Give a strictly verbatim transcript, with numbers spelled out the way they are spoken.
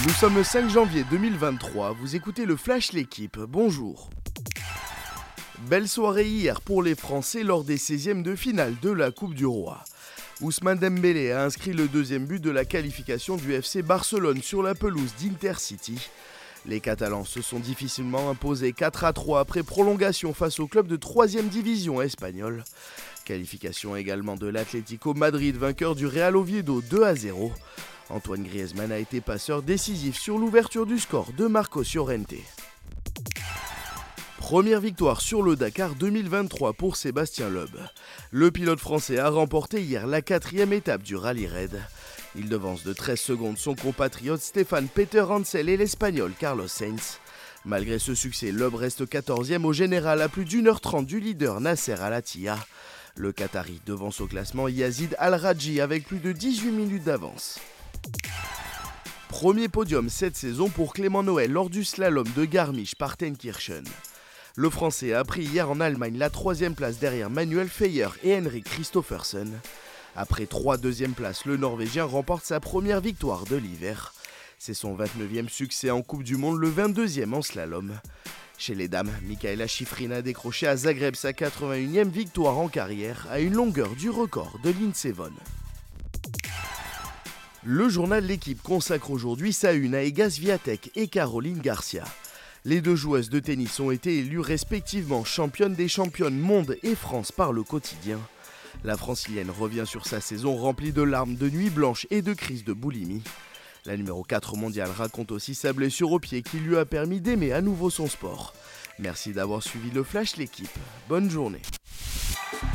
Nous sommes le cinq janvier deux mille vingt-trois, vous écoutez le Flash L'équipe, bonjour. Belle soirée hier pour les Français lors des seizièmes de finale de la Coupe du Roi. Ousmane Dembélé a inscrit le deuxième but de la qualification du F C Barcelone sur la pelouse d'Intercity. Les Catalans se sont difficilement imposés quatre à trois après prolongation face au club de troisième division espagnole. Qualification également de l'Atlético Madrid, vainqueur du Real Oviedo deux à zéro. Antoine Griezmann a été passeur décisif sur l'ouverture du score de Marcos Llorente. Première victoire sur le Dakar deux mille vingt-trois pour Sébastien Loeb. Le pilote français a remporté hier la quatrième étape du Rallye Raid. Il devance de treize secondes son compatriote Stéphane Peter Hansel et l'Espagnol Carlos Sainz. Malgré ce succès, Loeb reste quatorzième au général à plus d'une heure trente du leader Nasser Al-Attiyah. Le Qatari devance au classement Yazid Al-Rajhi avec plus de dix-huit minutes d'avance. Premier podium cette saison pour Clément Noël lors du slalom de Garmisch-Partenkirchen. Le Français a pris hier en Allemagne la troisième place derrière Manuel Feyer et Henrik Christophersen. Après trois deuxièmes places, le Norvégien remporte sa première victoire de l'hiver. C'est son vingt-neuvième succès en Coupe du Monde, le vingt-deuxième en slalom. Chez les dames, Mikaela Shiffrin a décroché à Zagreb sa quatre-vingt-unième victoire en carrière à une longueur du record de Lindsey Vonn. Le journal L'équipe consacre aujourd'hui sa une à Iga Swiatek et Caroline Garcia. Les deux joueuses de tennis ont été élues respectivement championnes des championnes monde et France par le quotidien. La francilienne revient sur sa saison remplie de larmes, de nuits blanches et de crises de boulimie. La numéro quatre mondiale raconte aussi sa blessure au pied qui lui a permis d'aimer à nouveau son sport. Merci d'avoir suivi le Flash L'équipe. Bonne journée.